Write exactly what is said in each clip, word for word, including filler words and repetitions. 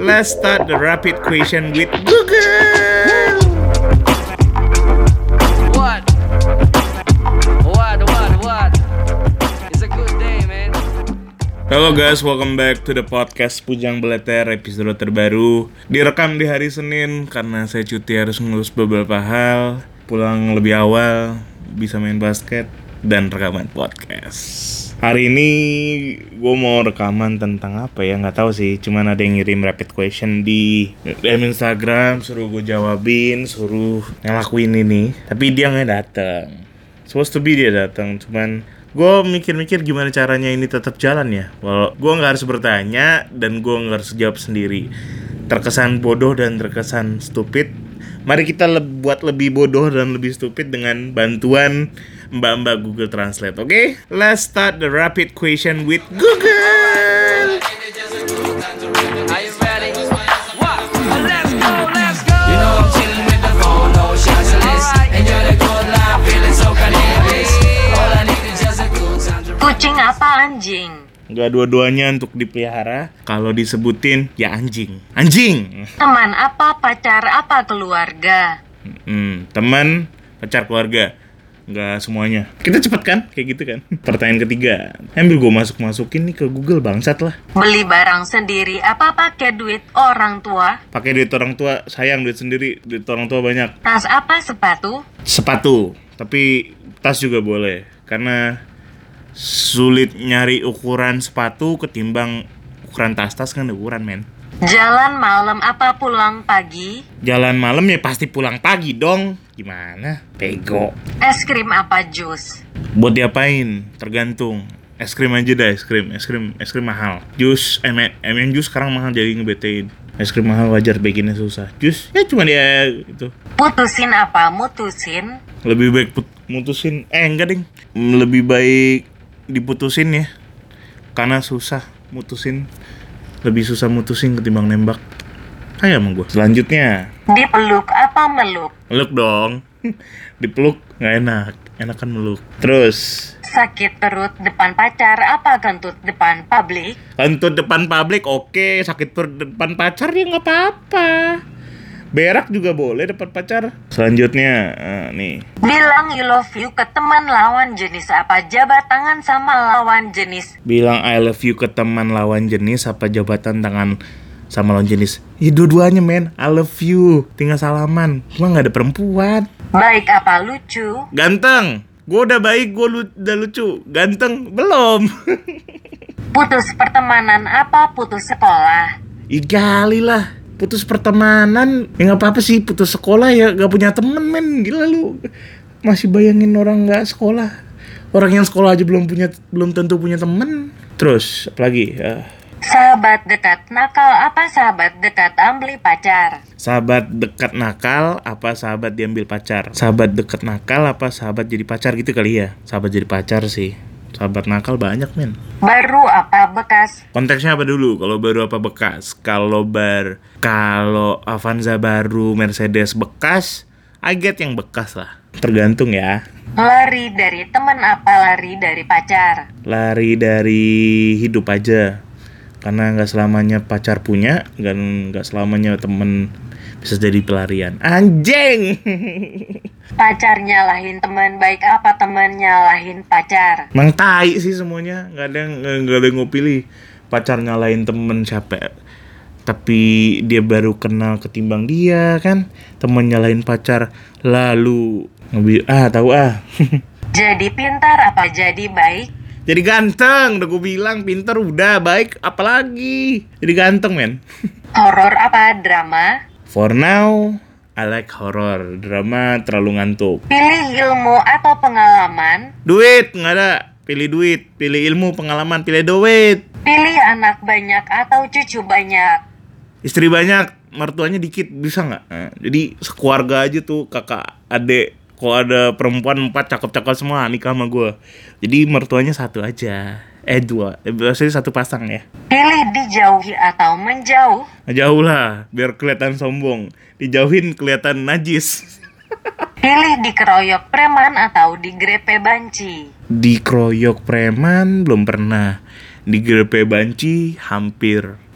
Let's start the rapid question with Google. What? What? What? What? It's a good day, man. Halo guys, welcome back to the podcast Pujang Beleter episode terbaru. Direkam di hari Senin karena saya cuti harus ngurus beberapa hal. Pulang lebih awal, bisa main basket dan rekaman podcast. Hari ini gue mau rekaman tentang apa ya, nggak tahu sih. Cuman ada yang ngirim rapid question di D M Instagram, suruh gue jawabin, suruh ngelakuin ini. Tapi dia nggak datang. Supposed to be dia datang, cuman gue mikir-mikir gimana caranya ini tetap jalan ya. Well, gue nggak harus bertanya dan gue nggak harus jawab sendiri. Terkesan bodoh dan terkesan stupid. Mari kita le- buat lebih bodoh dan lebih stupid dengan bantuan mbak-mbak Google Translate, oke? Okay? Let's start the rapid question with Google. Are you ready? What? Let's go, let's go. You know I'm chilling with the phone, no shots list. Enjoy the good life, feeling so cannabis. All I need is just a good time to. Kucing apa anjing? Nggak dua-duanya untuk dipelihara. Kalau disebutin, ya anjing. Anjing! Teman apa, pacar apa, keluarga? Hmm, teman, pacar, keluarga. Nggak semuanya. Kita cepet kan? Kayak gitu kan? Pertanyaan ketiga. Ambil gue masuk-masukin nih ke Google, bangsat lah. Beli barang sendiri apa pakai duit orang tua? Pakai duit orang tua, sayang duit sendiri. Duit orang tua banyak. Tas apa, sepatu? Sepatu, tapi tas juga boleh. Karena sulit nyari ukuran sepatu ketimbang ukuran tas-tas kan ukuran men. Jalan malam apa pulang pagi? Jalan malam ya pasti pulang pagi dong. Gimana? Pego. Es krim apa jus? Buat diapain? Tergantung. Es krim aja dah, es krim. Es krim, es krim mahal. Jus, M and M jus sekarang mahal jadi ngebetein. Es krim mahal wajar, bikinnya susah. Jus, ya cuma dia gitu. Putusin apa, mutusin? Lebih baik put- mutusin. Eh enggak ding. Lebih baik diputusin ya. Karena susah mutusin. Lebih susah mutusin ketimbang nembak. Kayak sama gue. Selanjutnya, Dipeluk apa meluk? meluk dong. Dipeluk nggak enak, enakan meluk. Terus, Sakit perut depan pacar apa kentut depan publik? kentut depan publik oke, sakit perut depan pacar ya nggak apa-apa. Berak juga boleh depan pacar. Selanjutnya, uh, nih. Bilang you love you ke teman lawan jenis apa? Jabat tangan sama lawan jenis. Bilang I love you ke teman lawan jenis apa jabatan tangan sama lawan jenis? Ya dua-duanya men, I love you. Tinggal salaman. Cuma nggak ada perempuan. Baik apa lucu? Ganteng. Gue udah baik, gue lu- udah lucu. Ganteng belum. Putus pertemanan apa putus sekolah? Ih kali lah. Putus pertemanan ya nggak apa-apa sih. Putus sekolah ya nggak punya temen men. Gila lu. Masih bayangin orang nggak sekolah. Orang yang sekolah aja belum punya, belum tentu punya temen. Terus apa lagi? Uh, Sahabat dekat nakal apa sahabat dekat ambil pacar? Sahabat dekat nakal apa sahabat diambil pacar? Sahabat dekat nakal apa sahabat jadi pacar gitu kali ya? Sahabat jadi pacar sih. Sahabat nakal banyak men. Baru apa bekas? Konteksnya apa dulu? Kalau baru apa bekas? Kalau bar, kalau Avanza baru, Mercedes bekas, I get yang bekas lah. Tergantung ya. Lari dari teman apa lari dari pacar? Lari dari hidup aja. Karena nggak selamanya pacar punya, dan nggak selamanya temen bisa jadi pelarian. Anjing. Pacar nyalahin teman baik apa teman nyalahin pacar? Mang tai sih semuanya. Nggak ada yang nggak ada yang mau pilih. Pacar nyalahin temen siapa? Tapi dia baru kenal ketimbang dia kan. Temen nyalahin pacar lalu ngebi ah tahu ah. Jadi pintar apa jadi baik? Jadi ganteng, udah gue bilang pinter udah baik apalagi. Jadi ganteng men. Horor apa drama? For now I like horror. Drama terlalu ngantuk. Pilih ilmu atau pengalaman? Duit nggak ada. Pilih duit, pilih ilmu, pengalaman, pilih duit. Pilih anak banyak atau cucu banyak? Istri banyak, mertuanya dikit, bisa nggak? Nah, jadi sekeluarga aja tuh kakak, adik. Kalau ada perempuan empat cakep-cakep semua nikah sama gue. Jadi mertuanya satu aja. Eh dua, eh, biasanya satu pasang ya. Pilih dijauhi atau menjauh? Nah, jauh lah, biar kelihatan sombong. Dijauhin kelihatan najis. Pilih dikeroyok preman atau digrepe banci? Dikeroyok preman belum pernah. Digrepe banci hampir.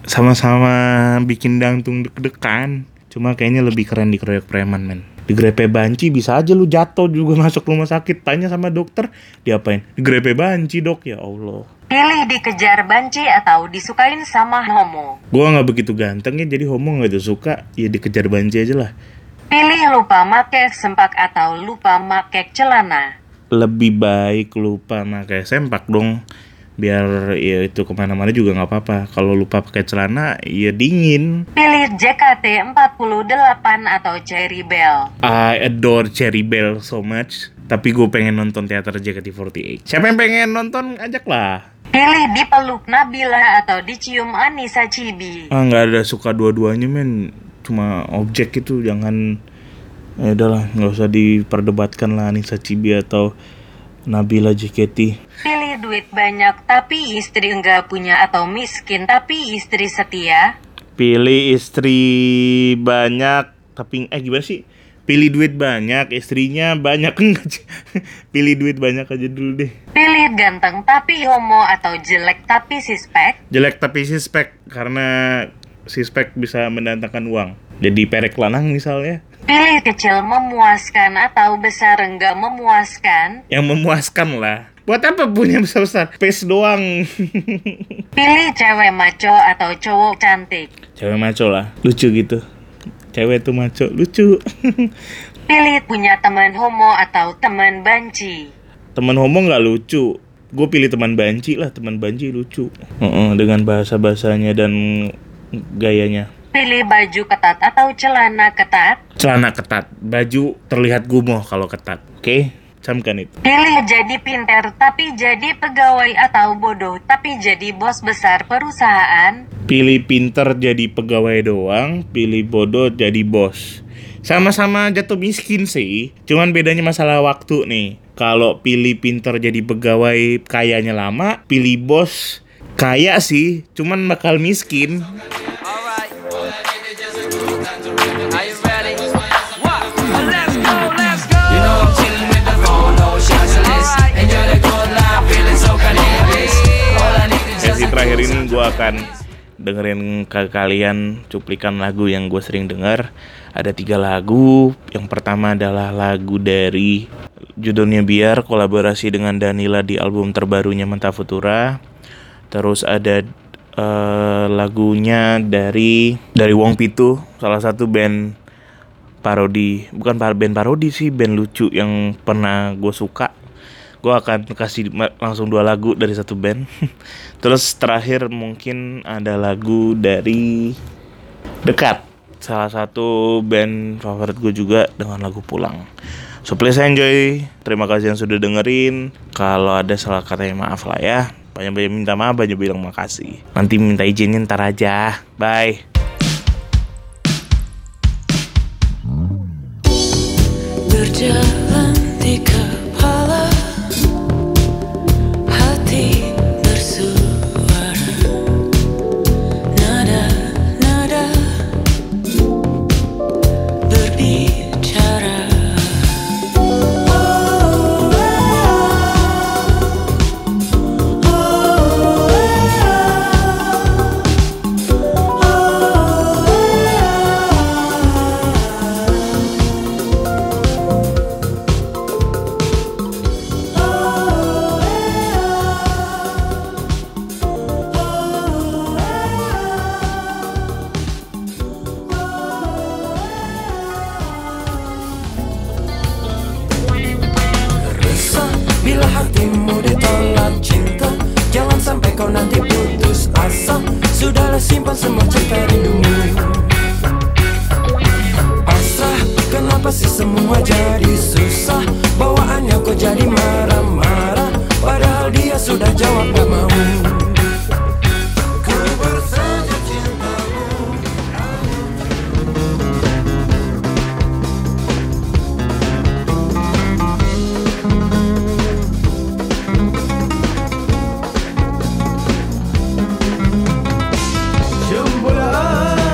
sama-sama bikin jantung deg-degan. Cuma kayaknya lebih keren dikeroyok preman, men. Digrepe banci bisa aja lu jatuh juga masuk rumah sakit. Tanya sama dokter, diapain? Digrepe banci, Dok. Ya Allah. Pilih dikejar banci atau disukain sama homo. Gua nggak begitu ganteng ya, jadi homo nggak suka. Ya dikejar banci aja lah. Pilih lupa make sempak atau lupa make celana. Lebih baik lupa pakai sempak dong. Biar ya itu kemana-mana juga nggak apa-apa. Kalau lupa pakai celana, ya dingin. Pilih J K T empat puluh delapan atau Cherry Bell. I adore Cherry Bell so much. Tapi gue pengen nonton teater J K T empat delapan. Siapa yang pengen nonton, ajaklah. Pilih dipeluk Nabila atau dicium Anissa Cibi. Ah, nggak ada suka dua-duanya, men. Cuma objek itu, jangan. Ya udahlah, nggak usah diperdebatkan lah Anissa Cibi atau Nabila J K T. Pilih duit banyak tapi istri enggak punya atau miskin tapi istri setia. Pilih istri banyak tapi eh gimana sih? Pilih duit banyak, istrinya banyak enggak? Pilih duit banyak aja dulu deh. Pilih ganteng tapi homo atau jelek tapi sispek. Jelek tapi sispek karena sispek bisa mendatangkan uang. Jadi perek lanang misalnya. Pilih kecil memuaskan atau besar enggak memuaskan. Yang memuaskan lah. Buat apa punya besar-besar? Face doang. Pilih cewek maco atau cowok cantik. Cewek maco lah, lucu gitu. Cewek tuh maco, lucu. Pilih punya teman homo atau teman banci. Teman homo nggak lucu. Gue pilih teman banci lah, teman banci lucu. Uh-uh, dengan bahasa-bahasanya dan gayanya. Pilih baju ketat atau celana ketat. Celana ketat, baju terlihat gumoh kalau ketat. Oke, okay? Camkan itu. Pilih jadi pinter tapi jadi pegawai atau bodoh tapi jadi bos besar perusahaan. Pilih pinter jadi pegawai doang, pilih bodoh jadi bos. Sama-sama jatuh miskin sih, cuman bedanya masalah waktu nih. Kalau pilih pinter jadi pegawai kayanya lama, pilih bos kaya sih, cuman bakal miskin. Alright. Are you ready? What? Let's go, let's go. You know I'm chilling with the phone, no shots list. Enjoy the good life, feeling so cannabis. All I need is just Sesi terakhir ini gue akan dengerin ke kalian cuplikan lagu yang gue sering denger. Ada tiga lagu. Yang pertama adalah lagu dari judulnya Biar, kolaborasi dengan Danila di album terbarunya Menta Futura. Terus ada uh, lagunya dari dari Wong Pitu, salah satu band parodi, bukan band parodi sih, band lucu yang pernah gue suka. Gue akan kasih langsung dua lagu dari satu band. Terus terakhir mungkin ada lagu dari Dekat, salah satu band favorit gue juga, dengan lagu Pulang. So please enjoy. Terima kasih yang sudah dengerin. Kalau ada salah kata, ya maaf lah ya. Banyak-banyak minta maaf, banyak bilang makasih. Nanti minta izinin ntar aja. Bye. Berjalan di kepala, hati bersuara, nada-nada berbicara. Bila hatimu ditolak cinta, jangan sampai kau nanti putus asa. Sudahlah simpan semua cerita rindumu. Pasrah, kenapa sih semua jadi susah? Bawaannya kau jadi marah-marah, padahal dia sudah jawab gak mau. Ku bersaja cintamu. Jemput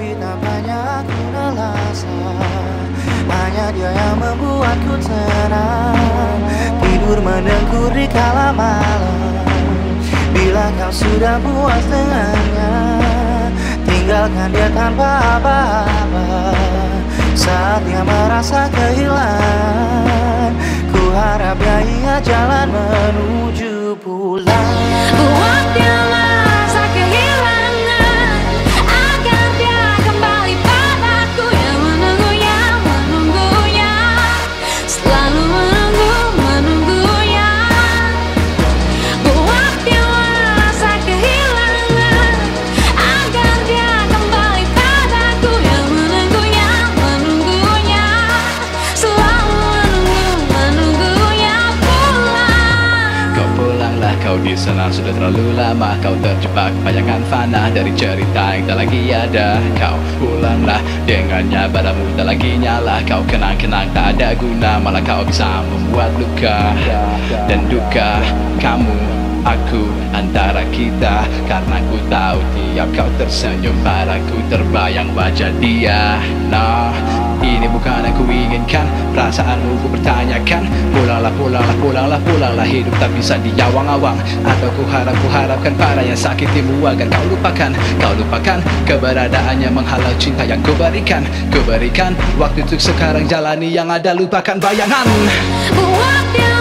tapi tak banyak aku alasan. Hanya dia yang membuatku tenang, tidur mendengkur di kala malam. Bila kau sudah puas dengannya, tinggalkan dia tanpa apa-apa. Saat dia merasa kehilangan, ku harap dia ingat jalan menuju pulang. Buat dia merasa kehilangan, agar dia kembali padaku. Yang menunggunya, menunggunya, selalu menunggu, menunggunya. Buat dia merasa kehilangan, agar dia kembali padaku. Yang menunggunya, menunggunya, selalu menunggu, menunggunya pulang. Kau pulanglah, kau di sana sudah terlalu lama. Kau terjebak bayangan fana dari cerita yang tak lagi ada. Kau pulanglah, dengannya padamu tak lagi nyala. Kau kenang-kenang tak ada guna, malah kau bisa membuat luka dan duka. Kamu, aku, antara kita. Karena ku tahu tiap kau tersenyum padaku terbayang wajah dia. Nah, ini bukan yang ku inginkan, perasaanmu ku pertanyakan. Pulanglah, pulanglah, pulanglah, pulanglah. Hidup tak bisa diawang-awang. Atau ku harap, ku harapkan pada yang sakitimu agar kau lupakan. Kau lupakan keberadaannya menghalau cinta yang ku berikan. Ku berikan waktu untuk sekarang jalani yang ada, lupakan bayangan. Buat dia